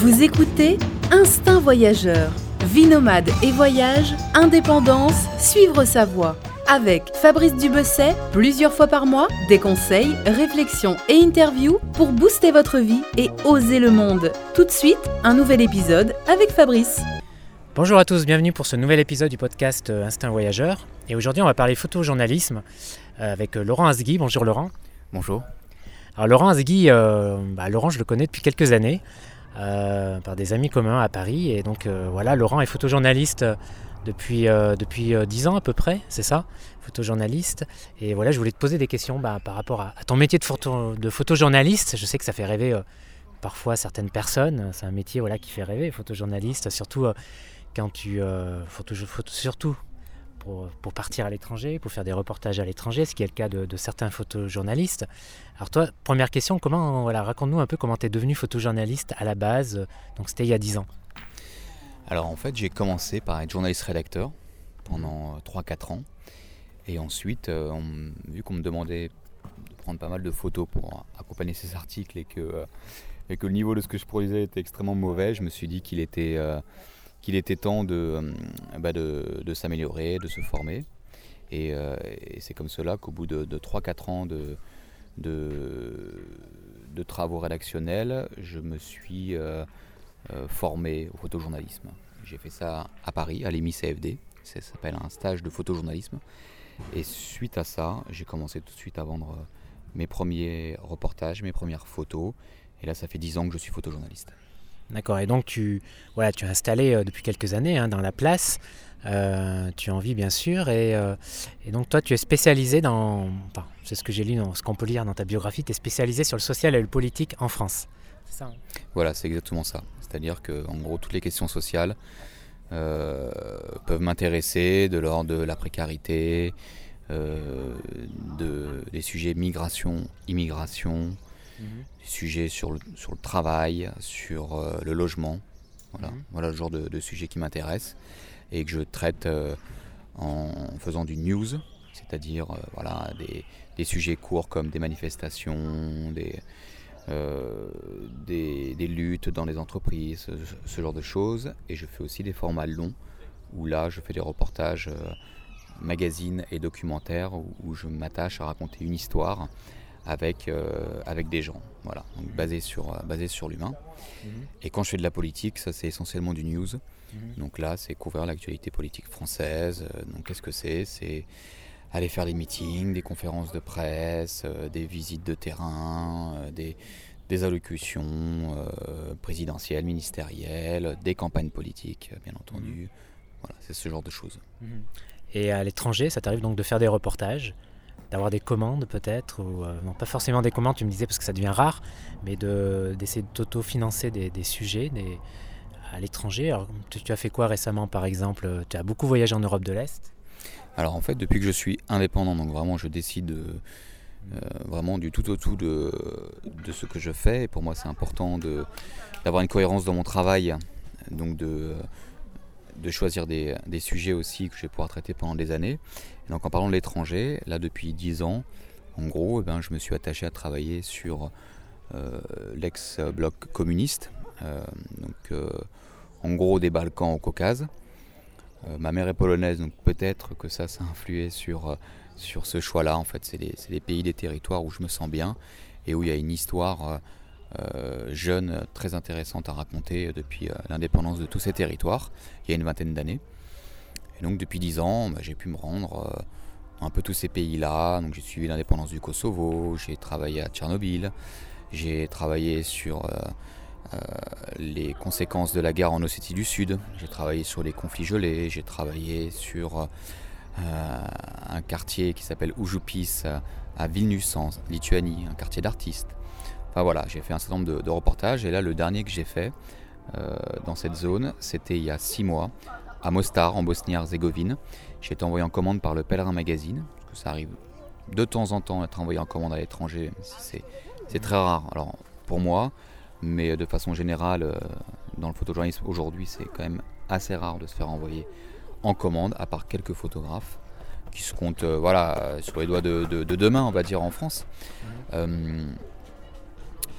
Vous écoutez Instinct Voyageur. Vie nomade et voyage, indépendance, suivre sa voie. Avec Fabrice Dubesset, plusieurs fois par mois, des conseils, réflexions et interviews pour booster votre vie et oser le monde. Tout de suite, un nouvel épisode avec Fabrice. Bonjour à tous, bienvenue pour ce nouvel épisode du podcast Instinct Voyageur. Et aujourd'hui, on va parler photojournalisme avec Laurent Asgui. Bonjour Laurent. Bonjour. Alors Laurent Asgui, Laurent, je le connais depuis quelques années par des amis communs à Paris. Et donc voilà, Laurent est photojournaliste depuis 10 ans à peu près, c'est ça, photojournaliste. Et voilà, je voulais te poser des questions par rapport à ton métier de photojournaliste. Je sais que ça fait rêver parfois certaines personnes. C'est un métier qui fait rêver, photojournaliste, surtout quand tu surtout pour partir à l'étranger, pour faire des reportages à l'étranger, ce qui est le cas de certains photojournalistes. Alors toi, première question, raconte-nous un peu comment tu es devenu photojournaliste à la base, donc c'était il y a 10 ans. Alors en fait, j'ai commencé par être journaliste-rédacteur pendant 3-4 ans. Et ensuite, vu qu'on me demandait de prendre pas mal de photos pour accompagner ces articles et que le niveau de ce que je produisais était extrêmement mauvais, je me suis dit qu'il était temps de s'améliorer, de se former. Et c'est comme cela qu'au bout de 3-4 ans de travaux rédactionnels, je me suis formé au photojournalisme. J'ai fait ça à Paris, à l'EMI-CFD. Ça s'appelle un stage de photojournalisme. Et suite à ça, j'ai commencé tout de suite à vendre mes premiers reportages, mes premières photos. Et là, ça fait 10 ans que je suis photojournaliste. D'accord, et donc tu es installé depuis quelques années dans la place, tu en vis bien sûr, et donc toi tu es spécialisé c'est ce que j'ai lu, ce qu'on peut lire dans ta biographie, tu es spécialisé sur le social et le politique en France, c'est ça Voilà, c'est exactement ça, c'est-à-dire que en gros toutes les questions sociales peuvent m'intéresser, de l'ordre de la précarité, des sujets migration, immigration, des sujets sur le travail, sur le logement. Voilà le genre de sujets qui m'intéressent et que je traite en faisant du news, c'est-à-dire des sujets courts comme des manifestations, des luttes dans les entreprises, ce genre de choses. Et je fais aussi des formats longs où là je fais des reportages magazines et documentaires où je m'attache à raconter une histoire avec des gens, donc basé sur l'humain. Et quand je fais de la politique, ça c'est essentiellement du news. Donc là c'est couvrir l'actualité politique française. Donc qu'est-ce que c'est ? C'est aller faire des meetings, des conférences de presse, des visites de terrain, des allocutions présidentielles, ministérielles, des campagnes politiques bien entendu. Voilà, c'est ce genre de choses. Et à l'étranger, ça t'arrive donc de faire des reportages, d'avoir des commandes peut-être, ou non pas forcément des commandes, tu me disais parce que ça devient rare, mais d'essayer d'auto-financer des sujets à l'étranger. Alors tu as fait quoi récemment par exemple ? Tu as beaucoup voyagé en Europe de l'Est ? Alors en fait, depuis que je suis indépendant, donc vraiment je décide vraiment du tout au tout de ce que je fais. Et pour moi c'est important d'avoir une cohérence dans mon travail, donc de choisir des sujets aussi que je vais pouvoir traiter pendant des années. Et donc en parlant de l'étranger, là depuis 10 ans, en gros, je me suis attaché à travailler sur l'ex-bloc communiste, en gros des Balkans au Caucase. Ma mère est polonaise, donc peut-être que ça a influé sur ce choix-là. En fait, c'est des pays, des territoires où je me sens bien et où il y a une histoire jeune, très intéressante à raconter depuis l'indépendance de tous ces territoires, il y a une 20aine d'années. Et donc depuis 10 ans, j'ai pu me rendre dans un peu tous ces pays-là. Donc j'ai suivi l'indépendance du Kosovo, j'ai travaillé à Tchernobyl, j'ai travaillé sur les conséquences de la guerre en Ossétie du Sud, j'ai travaillé sur les conflits gelés, j'ai travaillé sur un quartier qui s'appelle Užupis à Vilnius en Lituanie, un quartier d'artistes. Enfin voilà, j'ai fait un certain nombre de reportages et là le dernier que j'ai fait dans cette zone, c'était il y a 6 mois à Mostar en Bosnie-Herzégovine. J'ai été envoyé en commande par le Pèlerin Magazine, parce que ça arrive de temps en temps d'être envoyé en commande à l'étranger, même si c'est très rare alors pour moi, mais de façon générale dans le photojournalisme aujourd'hui c'est quand même assez rare de se faire envoyer en commande, à part quelques photographes qui se comptent sur les doigts de deux mains, on va dire, en France.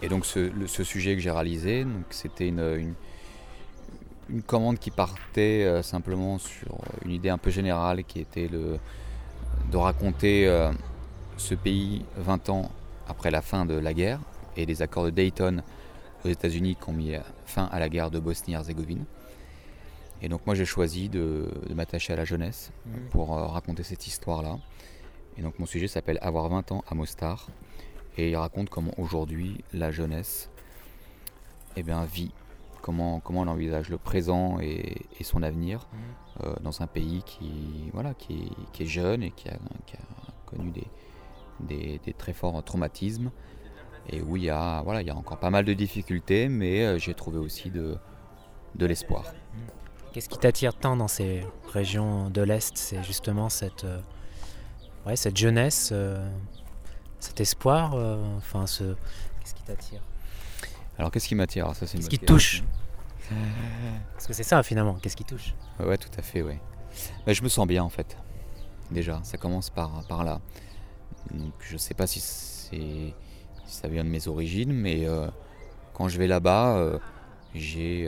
Et donc ce sujet que j'ai réalisé, donc, c'était une commande qui partait simplement sur une idée un peu générale qui était de raconter ce pays 20 ans après la fin de la guerre et les accords de Dayton aux États-Unis qui ont mis fin à la guerre de Bosnie-Herzégovine. Et donc moi j'ai choisi de m'attacher à la jeunesse pour raconter cette histoire-là. Et donc mon sujet s'appelle Avoir 20 ans à Mostar. Et il raconte comment aujourd'hui la jeunesse vit, comment elle envisage le présent et son avenir dans un pays qui est jeune et qui a connu des très forts traumatismes. Et où il y a encore pas mal de difficultés, mais j'ai trouvé aussi de l'espoir. Qu'est-ce qui t'attire tant dans ces régions de l'Est? C'est justement cette jeunesse, cet espoir. Qu'est-ce qui t'attire? Alors qu'est-ce qui m'attire? Ça, c'est qu'est-ce qui te touche? Parce que c'est ça finalement, qu'est-ce qui touche? Ouais, tout à fait, ouais. Je me sens bien en fait. Déjà, ça commence par là. Donc je sais pas si ça vient de mes origines, mais quand je vais là-bas, j'ai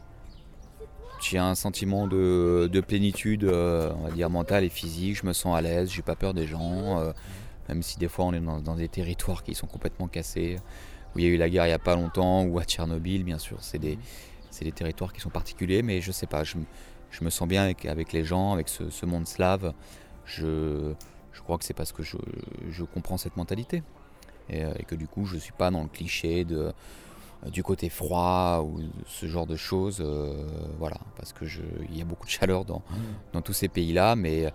un sentiment de plénitude, on va dire mentale et physique. Je me sens à l'aise, j'ai pas peur des gens, même si des fois on est dans des territoires qui sont complètement cassés, où il y a eu la guerre il y a pas longtemps, ou à Tchernobyl, bien sûr, c'est des territoires qui sont particuliers, mais je sais pas, je me sens bien avec les gens, avec ce monde slave. Je crois que c'est parce que je comprends cette mentalité. Et que du coup je suis pas dans le cliché du côté froid ou ce genre de choses, parce que il y a beaucoup de chaleur dans tous ces pays-là, mais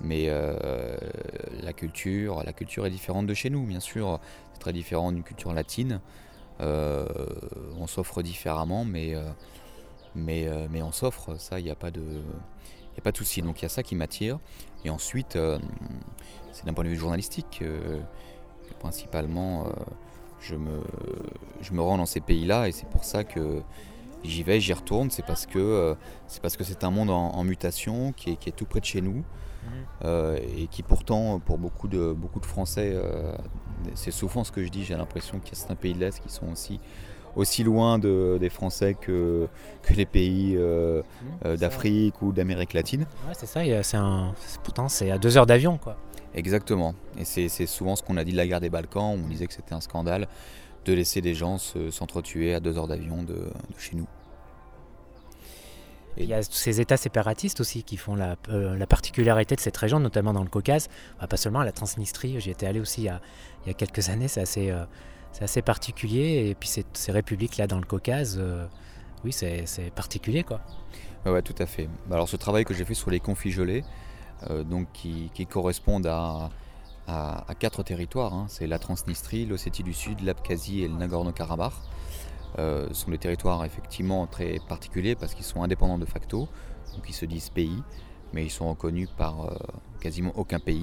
la culture est différente de chez nous, bien sûr. C'est très différent d'une culture latine. On s'offre différemment, mais on s'offre, ça, il n'y a pas de souci. Donc il y a ça qui m'attire. Et ensuite, c'est d'un point de vue journalistique. Principalement, je me rends dans ces pays-là et c'est pour ça que j'y retourne. C'est parce que c'est un monde en mutation qui est tout près de chez nous et qui pourtant, pour beaucoup de Français, c'est souvent ce que je dis. J'ai l'impression qu'il y a certains pays de l'Est qui sont aussi loin des Français que les pays d'Afrique ou d'Amérique latine. Ouais, c'est ça. Pourtant, c'est à 2 heures d'avion, quoi. Exactement, et c'est souvent ce qu'on a dit de la guerre des Balkans, où on disait que c'était un scandale de laisser des gens s'entretuer à 2 heures d'avion de chez nous. Et il y a ces États séparatistes aussi qui font la particularité de cette région, notamment dans le Caucase, pas seulement à la Transnistrie, j'y étais allé aussi il y a quelques années, c'est assez particulier, et puis ces républiques-là dans le Caucase, oui c'est particulier quoi. Ouais, tout à fait. Alors ce travail que j'ai fait sur les conflits gelés, qui correspondent à 4 territoires, c'est la Transnistrie, l'Ossétie du Sud, l'Abkhazie et le Nagorno-Karabakh. Sont des territoires effectivement très particuliers parce qu'ils sont indépendants de facto, donc ils se disent pays, mais ils sont reconnus par quasiment aucun pays.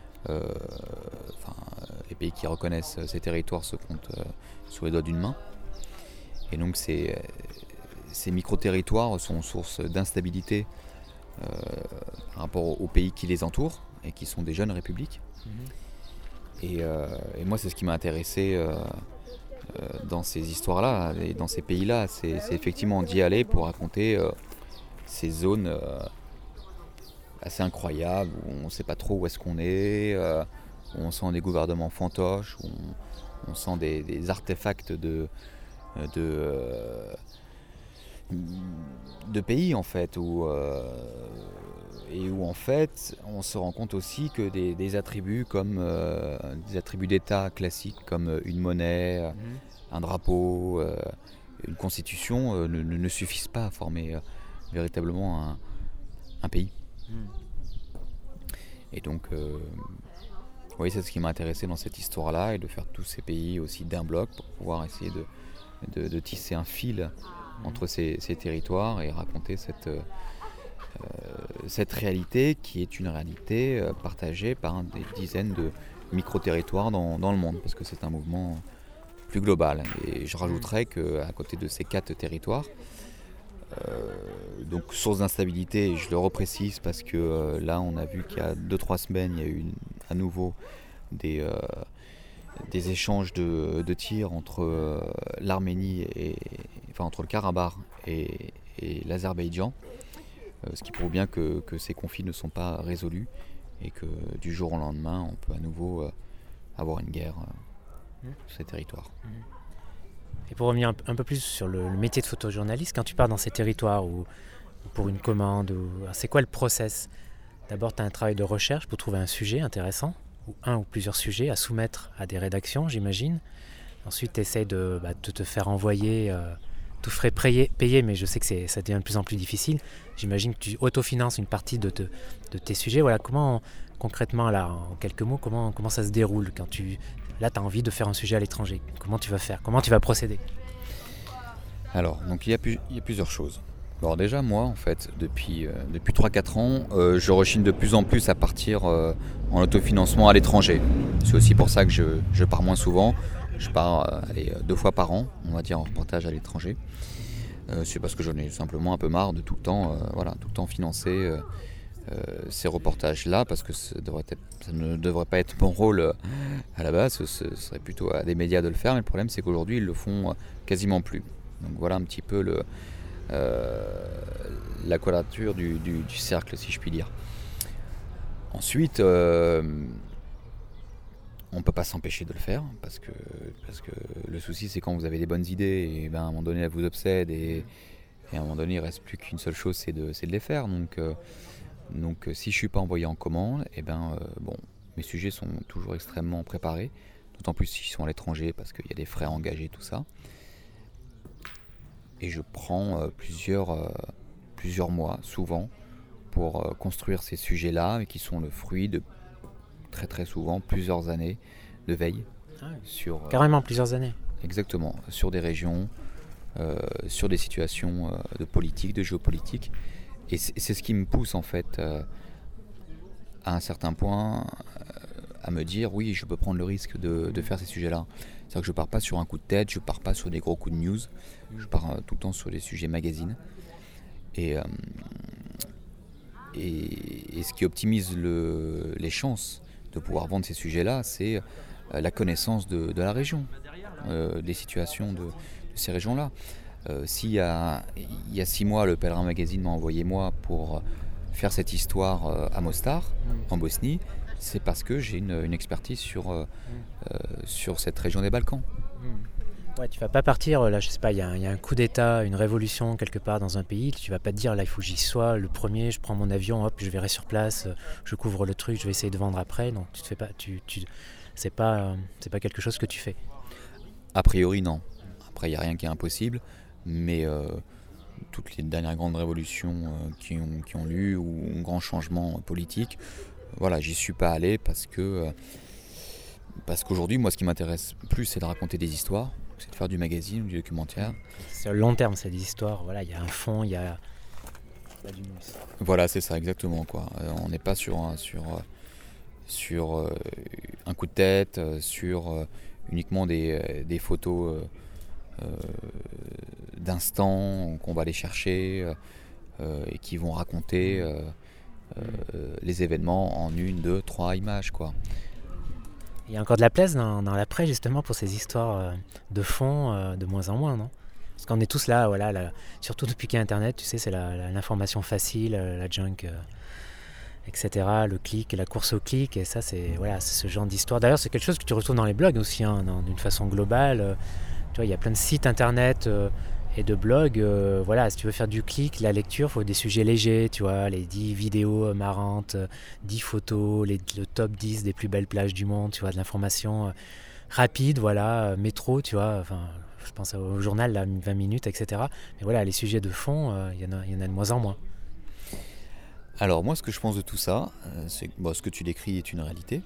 Les pays qui reconnaissent ces territoires se comptent sur les doigts d'une main. Et donc ces micro-territoires sont source d'instabilité par rapport aux pays qui les entourent et qui sont des jeunes républiques. Et moi c'est ce qui m'a intéressé dans ces histoires-là et dans ces pays-là, c'est effectivement d'y aller pour raconter ces zones assez incroyables où on ne sait pas trop où est-ce qu'on est, où on sent des gouvernements fantoches, où on sent des artefacts de pays en fait, et où en fait on se rend compte aussi que des attributs comme des attributs d'État classiques comme une monnaie, un drapeau, une constitution ne suffisent pas à former véritablement un pays. Et donc oui, c'est ce qui m'a intéressé dans cette histoire-là, et de faire tous ces pays aussi d'un bloc pour pouvoir essayer de tisser un fil entre ces territoires et raconter cette réalité qui est une réalité partagée par des dizaines de micro-territoires dans le monde, parce que c'est un mouvement plus global. Et je rajouterais qu'à côté de ces 4 territoires, donc source d'instabilité, je le reprécise parce que là on a vu qu'il y a 2-3 semaines il y a eu à nouveau des des échanges de tirs entre l'Arménie entre le Karabakh et l'Azerbaïdjan, ce qui prouve bien que ces conflits ne sont pas résolus et que du jour au lendemain, on peut à nouveau avoir une guerre sur ces territoires. Et pour revenir un peu plus sur le métier de photojournaliste, quand tu pars dans ces territoires ou pour une commande, c'est quoi le process ? D'abord, tu as un travail de recherche pour trouver un sujet intéressant, ou un ou plusieurs sujets à soumettre à des rédactions, j'imagine. Ensuite, tu essaies de te faire envoyer, tout frais payé, mais je sais que ça devient de plus en plus difficile. J'imagine que tu autofinances une partie de tes sujets. Voilà, comment, concrètement, là, en quelques mots, comment ça se déroule quand tu as envie de faire un sujet à l'étranger ? Comment tu vas faire ? Comment tu vas procéder ? Alors, donc il y a plusieurs choses. Alors déjà, moi, en fait, depuis 3-4 ans, je rechigne de plus en plus à partir en autofinancement à l'étranger. C'est aussi pour ça que je pars moins souvent. Je pars 2 fois par an, on va dire, en reportage à l'étranger. C'est parce que j'en ai simplement un peu marre de tout le temps financer ces reportages-là, parce que ça ne devrait pas être mon rôle à la base. Ce serait plutôt à des médias de le faire, mais le problème, c'est qu'aujourd'hui, ils le font quasiment plus. Donc voilà un petit peu la quadrature du cercle, si je puis dire. Ensuite, on ne peut pas s'empêcher de le faire, parce que le souci, c'est quand vous avez des bonnes idées, et à un moment donné, elles vous obsèdent, et à un moment donné, il ne reste plus qu'une seule chose, c'est de les faire. Donc si je ne suis pas envoyé en commande, mes sujets sont toujours extrêmement préparés, d'autant plus s'ils sont à l'étranger, parce qu'il y a des frais engagés, tout ça. Et je prends plusieurs mois, souvent, pour construire ces sujets-là, et qui sont le fruit de très très souvent plusieurs années de veille. Sur carrément plusieurs années. Exactement, sur des régions, sur des situations de politique, de géopolitique. Et c'est ce qui me pousse en fait à un certain point à me dire oui, je peux prendre le risque de faire ces sujets-là. C'est-à-dire que je pars pas sur un coup de tête, je pars pas sur des gros coups de news, je pars tout le temps sur des sujets magazines. Et ce qui optimise les chances de pouvoir vendre ces sujets-là, c'est la connaissance de la région, des situations de ces régions-là. S'il y a 6 mois, le Pèlerin Magazine m'a envoyé moi pour faire cette histoire à Mostar, en Bosnie, c'est parce que j'ai une expertise sur cette région des Balkans. Ouais, tu vas pas partir, là, je sais pas, il y a un coup d'état, une révolution quelque part dans un pays, tu vas pas te dire, là, il faut que j'y sois, le premier, je prends mon avion, hop, je verrai sur place, je couvre le truc, je vais essayer de vendre après. Non, tu te fais pas, c'est pas quelque chose que tu fais. A priori, non. Après, il n'y a rien qui est impossible, mais toutes les dernières grandes révolutions qui ont lieu ou grands changements politiques, voilà, j'y suis pas allé parce qu'aujourd'hui, moi, ce qui m'intéresse plus, c'est de raconter des histoires, c'est de faire du magazine ou du documentaire. C'est le long terme, c'est des histoires, voilà, il y a un fond, il y a du mousse. Voilà, c'est ça, exactement, quoi. On n'est pas sur un coup de tête, sur uniquement des photos d'instants qu'on va aller chercher et qui vont raconter les événements en 1, 2, 3 images, quoi. Il y a encore de la place dans l'après, justement, pour ces histoires de fond, de moins en moins, non ? Parce qu'on est tous là, voilà, surtout depuis qu'il y a Internet, tu sais, c'est l'information facile, la junk, etc., le clic, la course au clic, et ça, c'est ce genre d'histoire. D'ailleurs, c'est quelque chose que tu retrouves dans les blogs aussi, d'une façon globale. Tu vois, il y a plein de sites Internet et de blogs. Si tu veux faire du clic, la lecture, il faut des sujets légers, tu vois, les 10 vidéos marrantes, 10 photos, le top 10 des plus belles plages du monde, tu vois, de l'information rapide, métro, tu vois, je pense au journal, là, 20 minutes, etc. Mais voilà, les sujets de fond, il y en a de moins en moins. Alors moi, ce que je pense de tout ça, c'est que ce que tu décris est une réalité.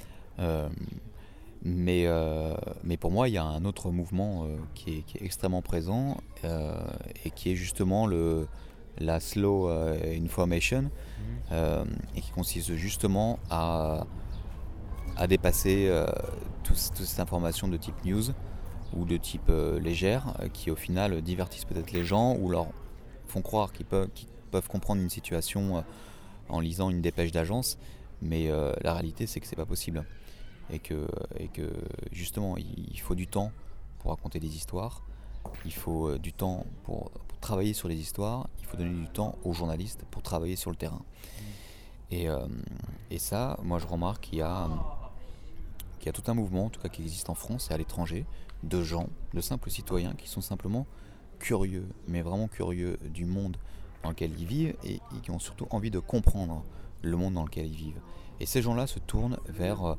Mais pour moi, il y a un autre mouvement qui est extrêmement présent et qui est justement la slow information et qui consiste justement à dépasser toute cette information de type news ou de type légère qui au final divertissent peut-être les gens ou leur font croire qu'ils peuvent comprendre une situation en lisant une dépêche d'agence, mais la réalité c'est que c'est pas possible. et que justement il faut du temps pour raconter des histoires, il faut du temps pour travailler sur les histoires, il faut donner du temps aux journalistes pour travailler sur le terrain. Et ça, moi je remarque qu'il y a tout un mouvement, en tout cas qui existe en France et à l'étranger, de gens, de simples citoyens qui sont simplement curieux, mais vraiment curieux du monde dans lequel ils vivent et qui ont surtout envie de comprendre le monde dans lequel ils vivent. Et ces gens-là se tournent vers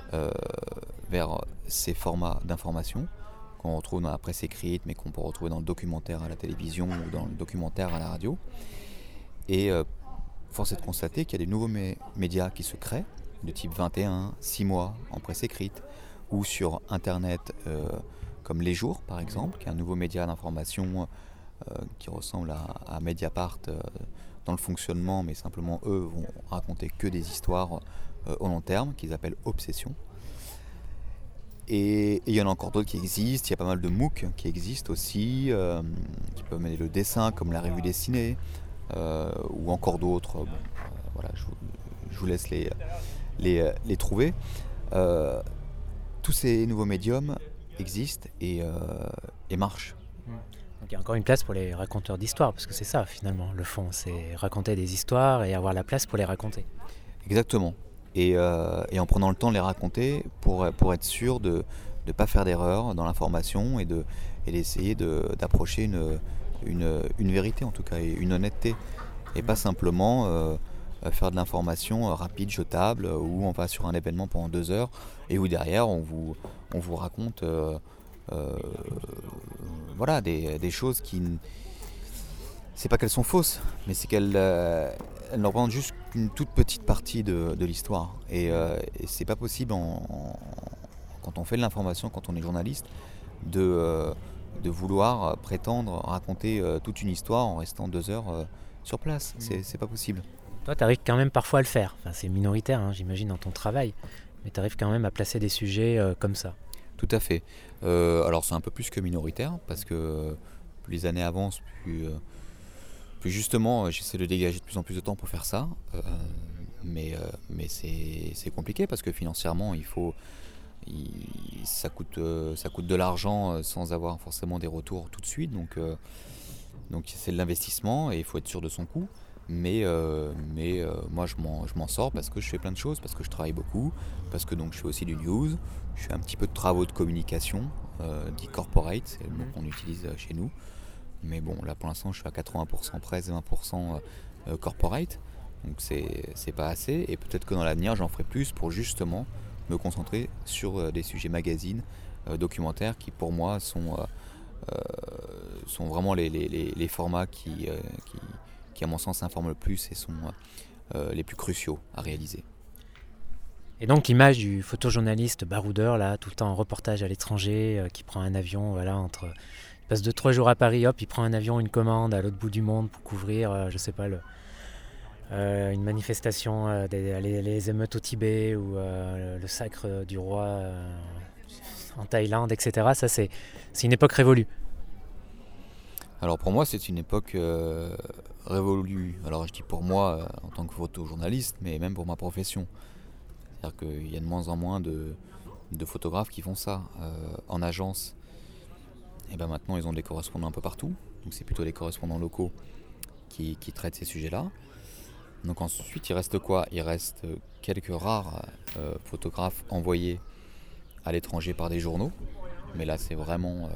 ces formats d'information qu'on retrouve dans la presse écrite, mais qu'on peut retrouver dans le documentaire à la télévision ou dans le documentaire à la radio. Et force est de constater qu'il y a des nouveaux médias qui se créent, de type 21, 6 mois en presse écrite, ou sur Internet, comme Les Jours par exemple, qui est un nouveau média d'information qui ressemble à Mediapart dans le fonctionnement, mais simplement eux vont raconter que des histoires au long terme, qu'ils appellent Obsession. Et il y en a encore d'autres qui existent, il y a pas mal de MOOC qui existent aussi, qui peuvent mener le dessin, comme la Revue Dessinée, ou encore d'autres. Voilà, je vous laisse les trouver. Tous ces nouveaux médiums existent et marchent. Donc il y a encore une place pour les raconteurs d'histoires, parce que c'est ça finalement le fond, c'est raconter des histoires et avoir la place pour les raconter. Exactement. Et en prenant le temps de les raconter pour être sûr de ne pas faire d'erreur dans l'information et d'essayer d'approcher une vérité en tout cas, et une honnêteté. Et pas simplement faire de l'information rapide, jetable, où on va sur un événement pendant 2 heures et où derrière on vous raconte voilà, des choses qui... C'est pas qu'elles sont fausses, mais c'est qu'elles ne représentent juste une toute petite partie de l'histoire. Et c'est pas possible, quand on fait de l'information, quand on est journaliste, de vouloir prétendre raconter toute une histoire en restant 2 heures sur place. C'est pas possible. Toi, tu arrives quand même parfois à le faire. Enfin, c'est minoritaire, hein, j'imagine, dans ton travail. Mais tu arrives quand même à placer des sujets comme ça. Tout à fait. Alors c'est un peu plus que minoritaire, parce que plus les années avancent, plus justement j'essaie de dégager de plus en plus de temps pour faire ça. Mais c'est compliqué, parce que financièrement ça coûte de l'argent sans avoir forcément des retours tout de suite. Donc c'est de l'investissement et il faut être sûr de son coût. Mais moi je m'en sors parce que je fais plein de choses, parce que je travaille beaucoup, parce que donc je fais aussi du news, je fais un petit peu de travaux de communication, dit corporate, c'est le mot qu'on utilise chez nous. Mais bon, là pour l'instant je suis à 80% presse et 20% corporate, donc c'est pas assez, et peut-être que dans l'avenir j'en ferai plus pour justement me concentrer sur des sujets magazines, documentaires, qui pour moi sont vraiment les formats qui à mon sens informent le plus et sont les plus cruciaux à réaliser. Et donc l'image du photojournaliste baroudeur, là, tout le temps en reportage à l'étranger, qui prend un avion, voilà, il passe 2-3 jours à Paris, hop, il prend un avion, une commande à l'autre bout du monde pour couvrir, je sais pas, une manifestation, les émeutes au Tibet ou le sacre du roi en Thaïlande, etc. Ça, c'est une époque révolue. Alors pour moi, c'est une époque révolue. Alors je dis pour moi en tant que photojournaliste, mais même pour ma profession. C'est-à-dire qu'il y a de moins en moins de photographes qui font ça. En agence, et ben maintenant ils ont des correspondants un peu partout. Donc c'est plutôt les correspondants locaux qui traitent ces sujets-là. Donc ensuite il reste quoi ? Il reste quelques rares photographes envoyés à l'étranger par des journaux. Mais là c'est vraiment...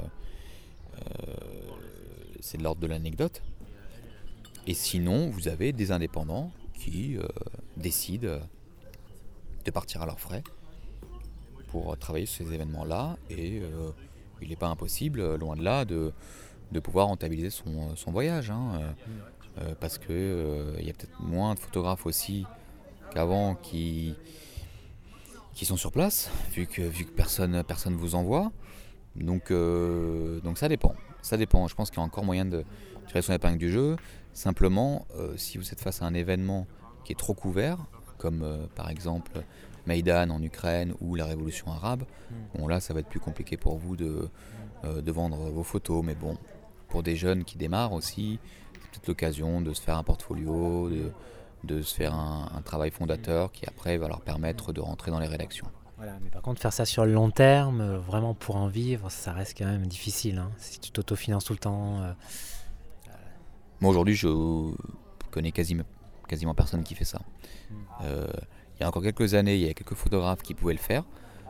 c'est de l'ordre de l'anecdote. Et sinon, vous avez des indépendants qui décident de partir à leurs frais pour travailler sur ces événements-là. Et il n'est pas impossible, loin de là, de pouvoir rentabiliser son voyage. Parce qu'il y a peut-être moins de photographes aussi qu'avant qui sont sur place, vu que personne vous envoie. Donc ça dépend. Je pense qu'il y a encore moyen de tirer son épingle du jeu. Simplement, si vous êtes face à un événement qui est trop couvert, comme par exemple Maïdan en Ukraine ou la révolution arabe, bon là ça va être plus compliqué pour vous de vendre vos photos. Mais bon, pour des jeunes qui démarrent aussi, c'est peut-être l'occasion de se faire un portfolio, de se faire un travail fondateur qui après va leur permettre de rentrer dans les rédactions. Voilà, mais par contre, faire ça sur le long terme, vraiment pour en vivre, ça reste quand même difficile. Hein. Si tu t'autofinances tout le temps. Moi aujourd'hui, je connais quasiment personne qui fait ça. Il y a encore quelques années, il y a quelques photographes qui pouvaient le faire.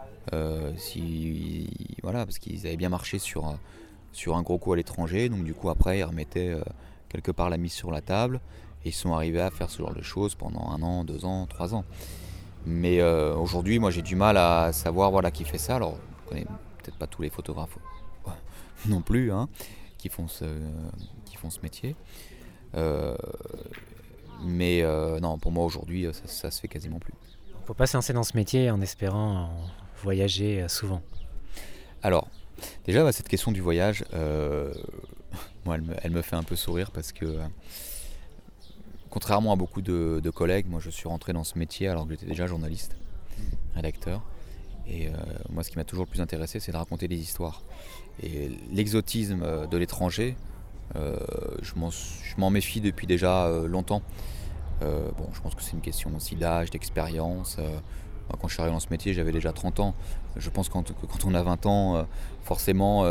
Parce qu'ils avaient bien marché sur un gros coup à l'étranger. Donc du coup, après, ils remettaient quelque part la mise sur la table. Et ils sont arrivés à faire ce genre de choses pendant 1 an, 2 ans, 3 ans. Mais aujourd'hui, moi, j'ai du mal à savoir qui fait ça. Alors, je connais peut-être pas tous les photographes non plus, hein, qui font ce métier. Mais non, pour moi, aujourd'hui, ça se fait quasiment plus. Il ne faut pas se lancer dans ce métier en espérant voyager souvent. Alors, déjà, cette question du voyage, moi, elle me fait un peu sourire parce que... Contrairement à beaucoup de collègues, moi je suis rentré dans ce métier alors que j'étais déjà journaliste, rédacteur. Et moi ce qui m'a toujours le plus intéressé, c'est de raconter des histoires. Et l'exotisme de l'étranger, je m'en méfie depuis déjà longtemps. Je pense que c'est une question aussi d'âge, d'expérience. Moi, quand je suis arrivé dans ce métier, j'avais déjà 30 ans. Je pense que quand on a 20 ans, forcément,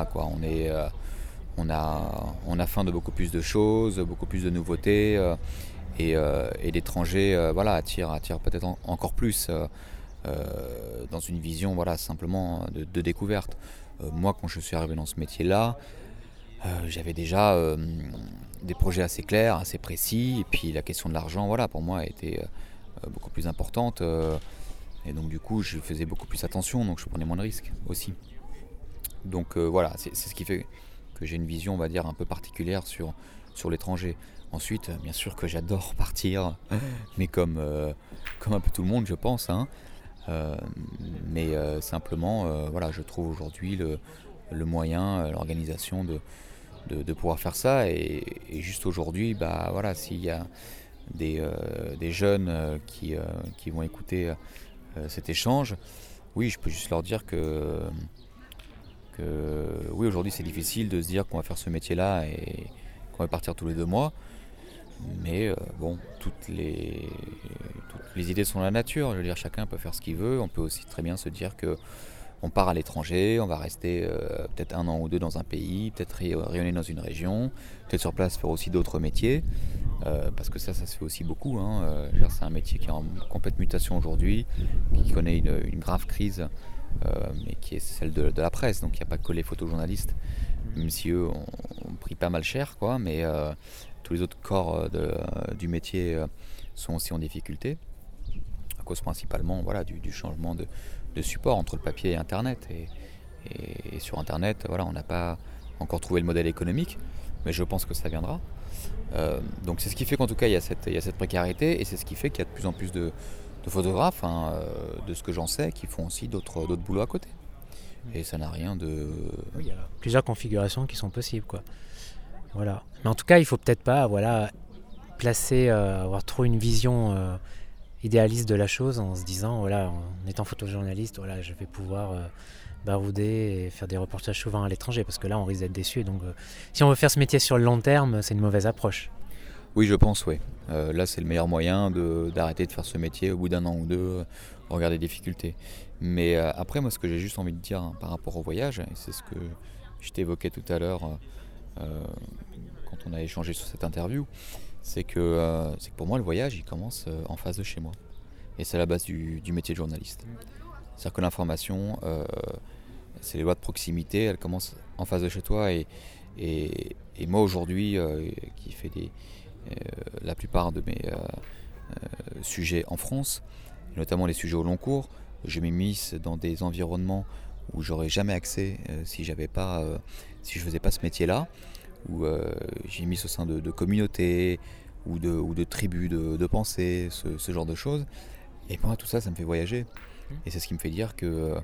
on a faim de beaucoup plus de choses, beaucoup plus de nouveautés, et l'étranger attire peut-être encore plus dans une vision simplement de découverte. Moi, quand je suis arrivé dans ce métier-là, j'avais déjà des projets assez clairs, assez précis, et puis la question de l'argent, pour moi, a été beaucoup plus importante. Et donc du coup, je faisais beaucoup plus attention, donc je prenais moins de risques aussi. Donc c'est ce qui fait que j'ai une vision, on va dire, un peu particulière sur l'étranger. Ensuite, bien sûr que j'adore partir, mais comme un peu tout le monde, je pense. Hein. Mais simplement, je trouve aujourd'hui le moyen, l'organisation de pouvoir faire ça. Et juste aujourd'hui, s'il y a des jeunes qui vont écouter cet échange, oui, je peux juste leur dire que oui, aujourd'hui c'est difficile de se dire qu'on va faire ce métier-là et qu'on va partir tous les 2 mois. Mais toutes les idées sont dans la nature. Je veux dire, chacun peut faire ce qu'il veut. On peut aussi très bien se dire qu'on part à l'étranger, on va rester peut-être 1 an ou 2 dans un pays, peut-être rayonner dans une région, peut-être sur place faire aussi d'autres métiers. Parce que ça se fait aussi beaucoup. Hein. C'est un métier qui est en complète mutation aujourd'hui, qui connaît une grave crise. Mais qui est celle de la presse, donc il n'y a pas que les photojournalistes, même si eux ont pris pas mal cher, mais tous les autres corps du métier sont aussi en difficulté, à cause principalement du changement de support entre le papier et Internet. Et sur Internet, on n'a pas encore trouvé le modèle économique, mais je pense que ça viendra. Donc c'est ce qui fait qu'en tout cas il y a cette précarité, et c'est ce qui fait qu'il y a de plus en plus de photographes, de ce que j'en sais, qui font aussi d'autres boulots à côté. Et ça n'a rien de... Oui, il y a plusieurs configurations qui sont possibles, quoi. Voilà. Mais en tout cas, il ne faut peut-être pas avoir trop une vision idéaliste de la chose en se disant, en étant photojournaliste, je vais pouvoir barouder et faire des reportages souvent à l'étranger, parce que là, on risque d'être déçu. Donc, si on veut faire ce métier sur le long terme, c'est une mauvaise approche. Oui, je pense, oui. Là, c'est le meilleur moyen d'arrêter de faire ce métier au bout d'1 an ou 2, au regard des difficultés. Mais après, moi, ce que j'ai juste envie de dire par rapport au voyage, et c'est ce que je t'évoquais tout à l'heure quand on a échangé sur cette interview, c'est que pour moi, le voyage, il commence en face de chez moi. Et c'est la base du métier de journaliste. C'est-à-dire que l'information, c'est les lois de proximité, elles commencent en face de chez toi. Et moi, aujourd'hui, qui fais la plupart de mes sujets en France, notamment les sujets au long cours, je m'immisce dans des environnements où j'aurais jamais accès si je faisais pas ce métier-là, où j'ai mis au sein de communautés ou de tribus de pensée, ce genre de choses. Et moi, tout ça, ça me fait voyager. Et c'est ce qui me fait dire que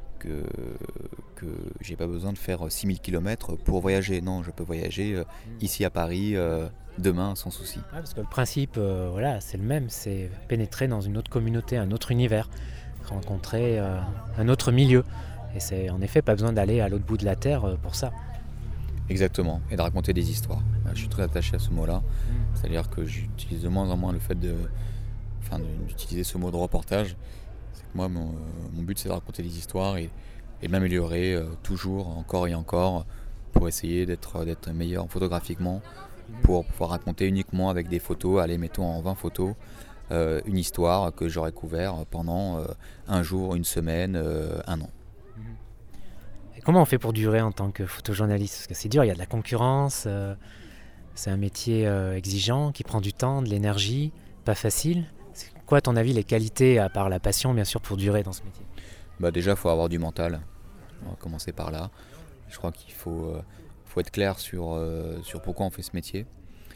j'ai pas besoin de faire 6000 km pour voyager. Non, je peux voyager ici à Paris demain sans souci. Ouais, parce que le principe, c'est le même, c'est pénétrer dans une autre communauté, un autre univers, rencontrer un autre milieu. Et c'est en effet pas besoin d'aller à l'autre bout de la Terre pour ça. Exactement, et de raconter des histoires. Je suis très attaché à ce mot-là. C'est-à-dire que j'utilise de moins en moins le fait d'utiliser ce mot de reportage. C'est que moi, mon but, c'est de raconter des histoires et de m'améliorer toujours, encore et encore, pour essayer d'être meilleur photographiquement, pour pouvoir raconter uniquement avec des photos, allez, mettons en 20 photos, une histoire que j'aurais couvert pendant un jour, une semaine, un an. Et comment on fait pour durer en tant que photojournaliste? Parce que c'est dur, il y a de la concurrence, c'est un métier exigeant qui prend du temps, de l'énergie, pas facile. C'est quoi, à ton avis, les qualités, à part la passion, bien sûr, pour durer dans ce métier? Déjà, il faut avoir du mental. On va commencer par là. Je crois qu'il faut être clair sur pourquoi on fait ce métier,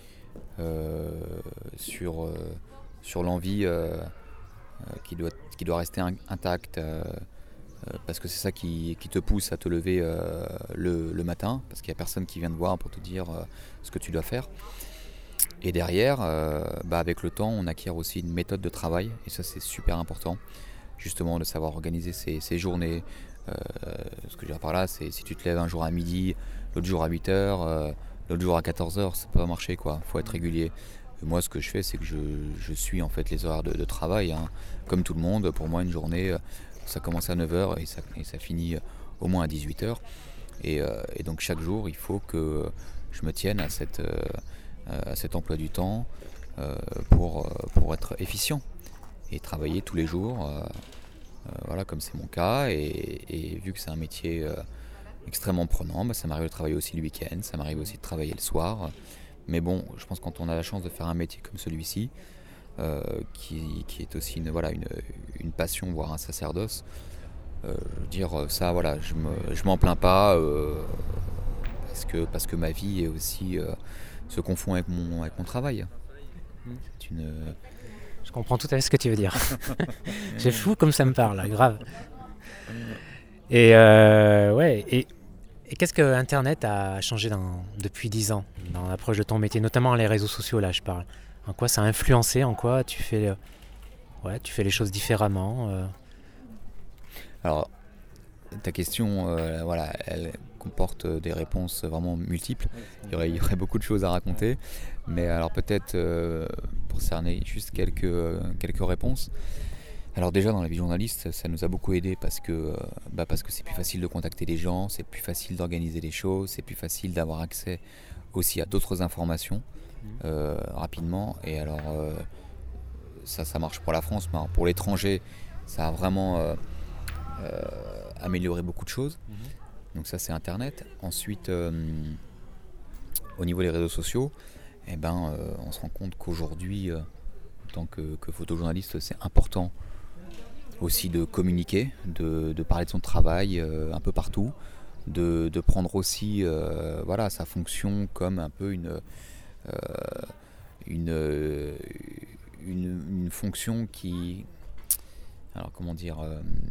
sur l'envie qui doit rester intacte, parce que c'est ça qui te pousse à te lever le matin, parce qu'il n'y a personne qui vient te voir pour te dire ce que tu dois faire. Et derrière, avec le temps, on acquiert aussi une méthode de travail, et ça c'est super important, justement de savoir organiser ses journées. Ce que je veux dire par là, c'est si tu te lèves un jour à midi, l'autre jour à 8h, l'autre jour à 14h, ça peut pas marcher, quoi. Faut être régulier. Et moi, ce que je fais, c'est que je suis en fait les horaires de travail, hein. Comme tout le monde, pour moi, une journée, ça commence à 9h et ça finit au moins à 18h. Et donc chaque jour, il faut que je me tienne à cet emploi du temps pour être efficient et travailler tous les jours. Voilà, comme c'est mon cas, et vu que c'est un métier extrêmement prenant, ça m'arrive de travailler aussi le week-end, ça m'arrive aussi de travailler le soir. Mais bon, je pense que quand on a la chance de faire un métier comme celui-ci, qui est aussi une passion, voire un sacerdoce, je veux dire, ça, voilà, je m'en plains pas, parce que ma vie est aussi, se confond avec mon travail. C'est une... Je comprends tout à fait ce que tu veux dire. C'est fou comme ça me parle, grave. Et qu'est-ce que Internet a changé depuis 10 ans dans l'approche de ton métier, notamment les réseaux sociaux, là je parle. En quoi ça a influencé, en quoi tu fais les choses différemment Alors, ta question, elle comporte des réponses vraiment multiples. Il y aurait beaucoup de choses à raconter, mais alors peut-être pour cerner juste quelques réponses. Alors déjà, dans la vie journaliste, ça nous a beaucoup aidé parce que c'est plus facile de contacter les gens, c'est plus facile d'organiser les choses, c'est plus facile d'avoir accès aussi à d'autres informations rapidement. Et alors ça marche pour la France, mais alors pour l'étranger, ça a vraiment amélioré beaucoup de choses. Donc ça, c'est Internet. Ensuite, au niveau des réseaux sociaux, on se rend compte qu'aujourd'hui, en tant que photojournaliste, c'est important aussi de communiquer, de parler de son travail un peu partout, de prendre aussi sa fonction comme un peu une fonction qui... Alors comment dire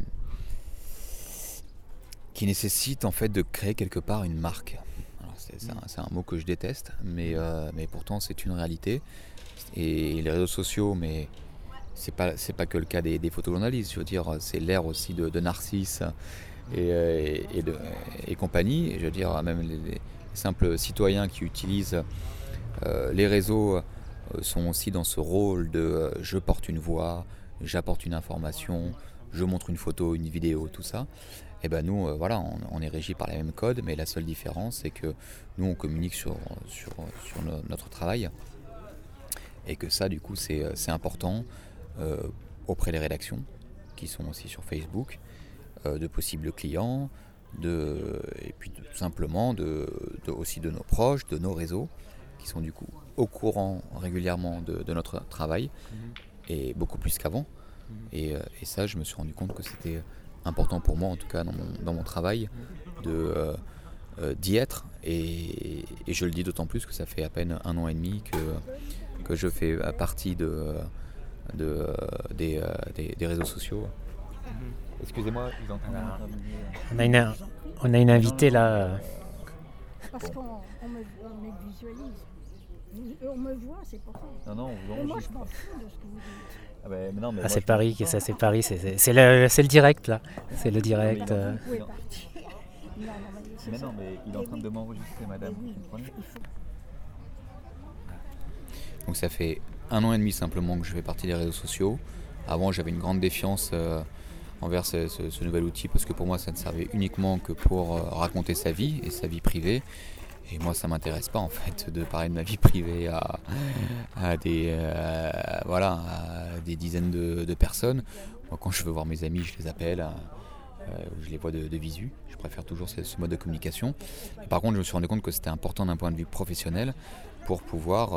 qui nécessite en fait de créer quelque part une marque. Alors c'est un mot que je déteste, mais pourtant c'est une réalité. Et les réseaux sociaux, mais c'est pas que le cas des photojournalistes. Je veux dire, c'est l'ère aussi de Narcisse et compagnie. Et je veux dire, même les simples citoyens qui utilisent les réseaux sont aussi dans ce rôle de je porte une voix, j'apporte une information, je montre une photo, une vidéo, tout ça. Et nous, on est régi par les mêmes codes, mais la seule différence, c'est que nous, on communique sur notre travail, et que ça, du coup, c'est important auprès des rédactions, qui sont aussi sur Facebook, de possibles clients, et puis tout simplement aussi de nos proches, de nos réseaux, qui sont du coup au courant régulièrement de notre travail, et beaucoup plus qu'avant. Et ça, je me suis rendu compte que c'était important pour moi, en tout cas dans mon travail, d'y être, et je le dis d'autant plus que ça fait à peine 1 an et demi que je fais partie des réseaux sociaux. Excusez-moi, ils ont on a une invitée là. Parce qu'on me visualise. On me voit, c'est pour ça. Non, mais moi, je m'en fous de ce que vous dites. C'est Paris, c'est Paris, c'est le direct là. C'est le direct. Où est parti ? Non, mais il est en train de m'enregistrer, madame. Oui, vous comprenez ? il faut. Donc ça fait 1 an et demi simplement que je fais partie des réseaux sociaux. Avant, j'avais une grande défiance envers ce nouvel outil parce que pour moi, ça ne servait uniquement que pour raconter sa vie et sa vie privée. Et moi, ça m'intéresse pas en fait de parler de ma vie privée à des dizaines de personnes. Moi, quand je veux voir mes amis, je les appelle, je les vois de visu. Je préfère toujours ce mode de communication. Et par contre, je me suis rendu compte que c'était important d'un point de vue professionnel pour pouvoir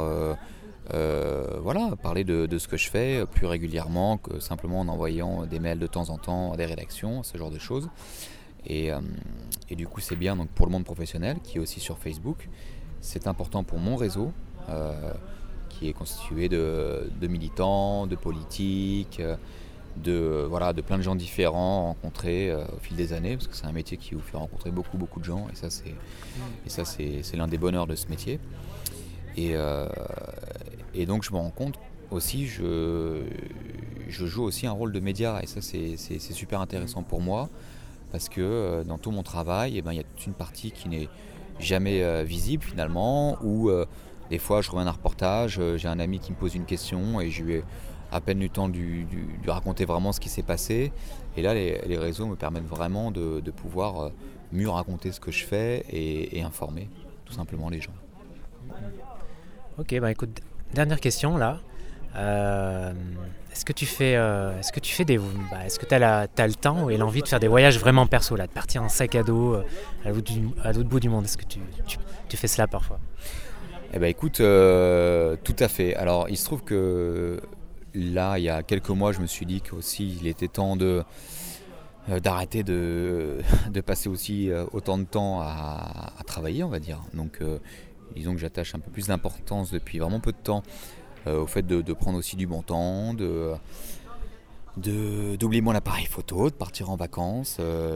parler de ce que je fais plus régulièrement que simplement en envoyant des mails de temps en temps à des rédactions, ce genre de choses. Et du coup, c'est bien donc, pour le monde professionnel qui est aussi sur Facebook. C'est important pour mon réseau qui est constitué de militants, de politiques, de plein de gens différents rencontrés au fil des années, parce que c'est un métier qui vous fait rencontrer beaucoup de gens, et ça c'est l'un des bonheurs de ce métier. Et donc je me rends compte aussi, je joue aussi un rôle de média, et ça c'est super intéressant pour moi, parce que dans tout mon travail, il y a toute une partie qui n'est jamais visible finalement, où des fois je reviens d'un reportage, j'ai un ami qui me pose une question et je lui ai à peine eu le temps de raconter vraiment ce qui s'est passé. Et là, les réseaux me permettent vraiment de pouvoir mieux raconter ce que je fais et informer tout simplement les gens. Ok, écoute, dernière question là. Est-ce que tu fais est-ce que tu as le temps et l'envie de faire des voyages vraiment perso là, de partir en sac à dos à l'autre bout du monde? Est-ce que tu fais cela parfois? Écoute, tout à fait. Alors, il se trouve que là, il y a quelques mois, je me suis dit qu'aussi il était temps d'arrêter de passer aussi autant de temps à travailler, on va dire. Donc, disons que j'attache un peu plus d'importance depuis vraiment peu de temps au fait de prendre aussi du bon temps, d'oublier mon appareil photo, de partir en vacances,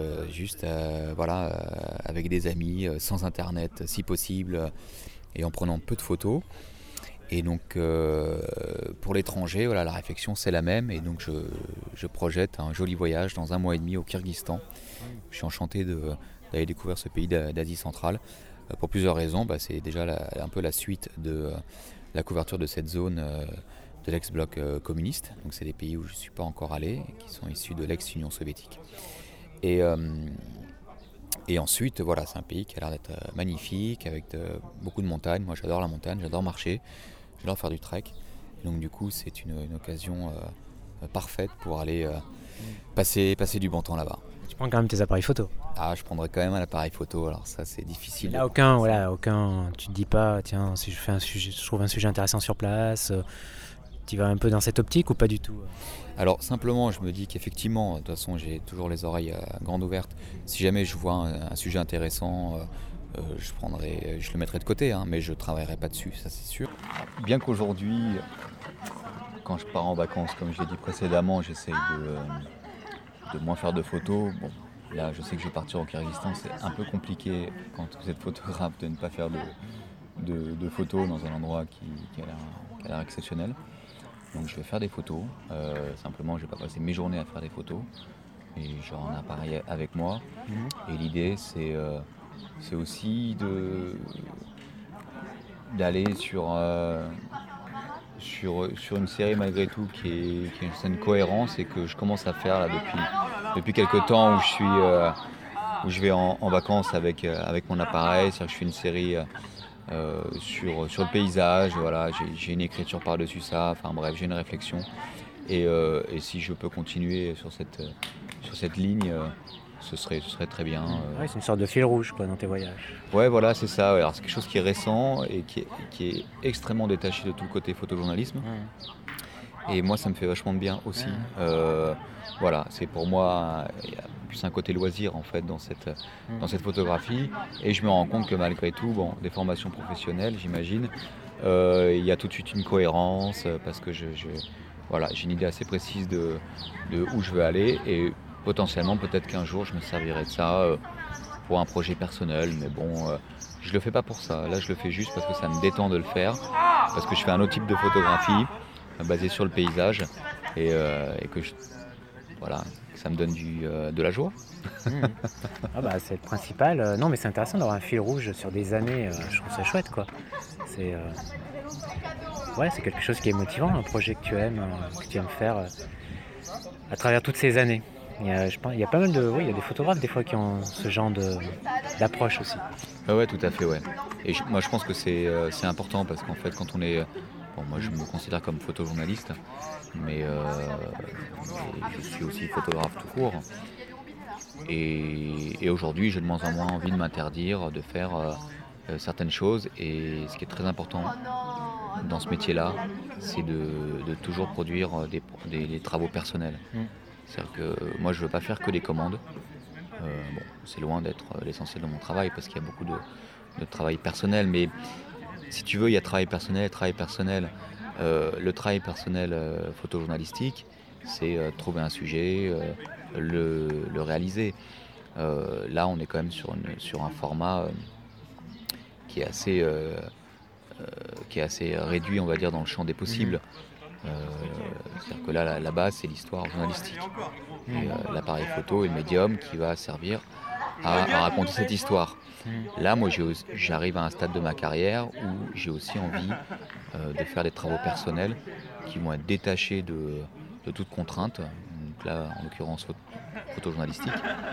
avec des amis, sans internet si possible, et en prenant peu de photos. Et donc pour l'étranger, la réflexion c'est la même, et donc je projette un joli voyage dans 1 mois et demi au Kyrgyzstan. Je suis enchanté d'aller découvrir ce pays d'Asie centrale pour plusieurs raisons. C'est déjà un peu la suite de la couverture de cette zone de l'ex-bloc communiste. Donc c'est des pays où je ne suis pas encore allé, qui sont issus de l'ex-Union soviétique. Et ensuite, c'est un pays qui a l'air d'être magnifique, avec beaucoup de montagnes. Moi j'adore la montagne, j'adore marcher. J'adore faire du trek, donc du coup c'est une occasion parfaite pour aller passer du bon temps là-bas. Tu prends quand même tes appareils photo? Ah, je prendrais quand même un appareil photo, alors ça c'est difficile. Là aucun, tu te dis pas, tiens, si je trouve un sujet intéressant sur place, tu vas un peu dans cette optique ou pas du tout? Alors simplement je me dis qu'effectivement, de toute façon j'ai toujours les oreilles grandes ouvertes, si jamais je vois un sujet intéressant, je le mettrai de côté, mais je ne travaillerai pas dessus, ça c'est sûr. Bien qu'aujourd'hui, quand je pars en vacances, comme je l'ai dit précédemment, j'essaie de moins faire de photos. Bon, là je sais que je vais partir au Kyrgyzstan, c'est un peu compliqué quand vous êtes photographe de ne pas faire de photos dans un endroit qui a l'air exceptionnel. Donc je vais faire des photos, simplement je ne vais pas passer mes journées à faire des photos, et j'aurai un appareil avec moi. Et l'idée c'est aussi d'aller sur une série malgré tout qui a une certaine cohérence, et que je commence à faire là depuis quelques temps, où je vais en vacances avec mon appareil. C'est-à-dire que je fais une série sur le paysage, j'ai une écriture par-dessus ça, enfin bref, j'ai une réflexion, et si je peux continuer sur cette ligne, ce serait très bien. C'est une sorte de fil rouge dans tes voyages. Ouais, voilà, c'est ça. Ouais. Alors c'est quelque chose qui est récent et qui est extrêmement détaché de tout le côté photojournalisme. Et moi, ça me fait vachement de bien aussi. C'est pour moi, il y a plus un côté loisir en fait dans cette photographie. Et je me rends compte que malgré tout, des formations professionnelles, j'imagine, il y a tout de suite une cohérence, parce que j'ai une idée assez précise de où je veux aller, et potentiellement peut-être qu'un jour je me servirai de ça pour un projet personnel, mais je le fais pas pour ça. Là je le fais juste parce que ça me détend de le faire, parce que je fais un autre type de photographie basé sur le paysage, et que ça me donne de la joie. C'est le principal. Non, mais c'est intéressant d'avoir un fil rouge sur des années. Je trouve ça chouette, quoi. C'est quelque chose qui est motivant, un projet que tu aimes faire. à travers toutes ces années. Je pense, il y a pas mal de, il y a des photographes des fois qui ont ce genre d'approche aussi. Ouais, tout à fait, ouais. Et moi, je pense que c'est important parce qu'en fait, quand on est... Bon, moi, je me considère comme photojournaliste, mais je suis aussi photographe tout court. Et aujourd'hui, j'ai de moins en moins envie de m'interdire de faire certaines choses. Et ce qui est très important dans ce métier-là, c'est de toujours produire des travaux personnels. C'est-à-dire que moi, je ne veux pas faire que des commandes. Bon, c'est loin d'être l'essentiel de mon travail parce qu'il y a beaucoup de travail personnel. Mais si tu veux, il y a travail personnel et travail personnel. Le travail personnel photojournalistique, c'est trouver un sujet, le réaliser. Là, on est quand même sur un format qui est assez réduit, on va dire, dans le champ des possibles. C'est-à-dire que là, la base, c'est l'histoire journalistique. Et l'appareil photo est le médium qui va servir à raconter cette histoire. Là, moi, j'arrive à un stade de ma carrière où j'ai aussi envie de faire des travaux personnels qui vont être détachés de toute contrainte. Donc là, en l'occurrence, photojournalistique.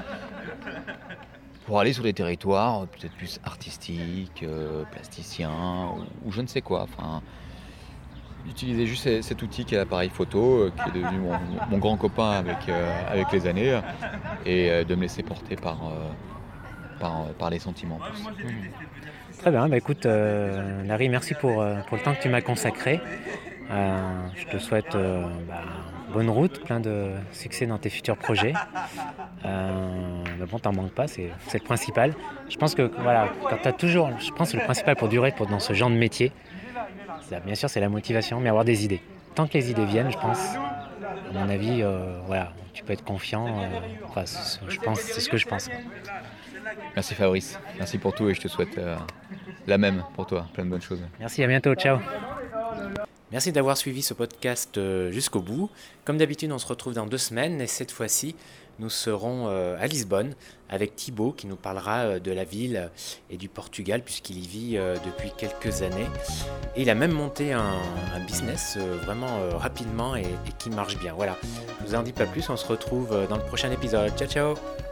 Pour aller sur des territoires peut-être plus artistiques, plasticiens ou je ne sais quoi. Enfin, utiliser juste cet outil qui est l'appareil photo, qui est devenu mon grand copain avec les années, et de me laisser porter par les sentiments. Très bien, écoute Larry, merci pour le temps que tu m'as consacré. Je te souhaite bonne route, plein de succès dans tes futurs projets. Bon, t'en manques pas, c'est le principal. Je pense que quand t'as toujours, je pense que le principal pour durer dans ce genre de métier, bien sûr c'est la motivation, mais avoir des idées. Tant que les idées viennent, je pense, à mon avis, tu peux être confiant. Je pense, c'est ce que je pense. Merci Fabrice, merci pour tout et je te souhaite la même pour toi, plein de bonnes choses. Merci, à bientôt, ciao. Merci d'avoir suivi ce podcast jusqu'au bout. Comme d'habitude, on se retrouve dans 2 semaines et cette fois-ci, nous serons à Lisbonne avec Thibaut qui nous parlera de la ville et du Portugal puisqu'il y vit depuis quelques années. Et il a même monté un business vraiment rapidement et qui marche bien. Voilà, je vous en dis pas plus, on se retrouve dans le prochain épisode. Ciao, ciao.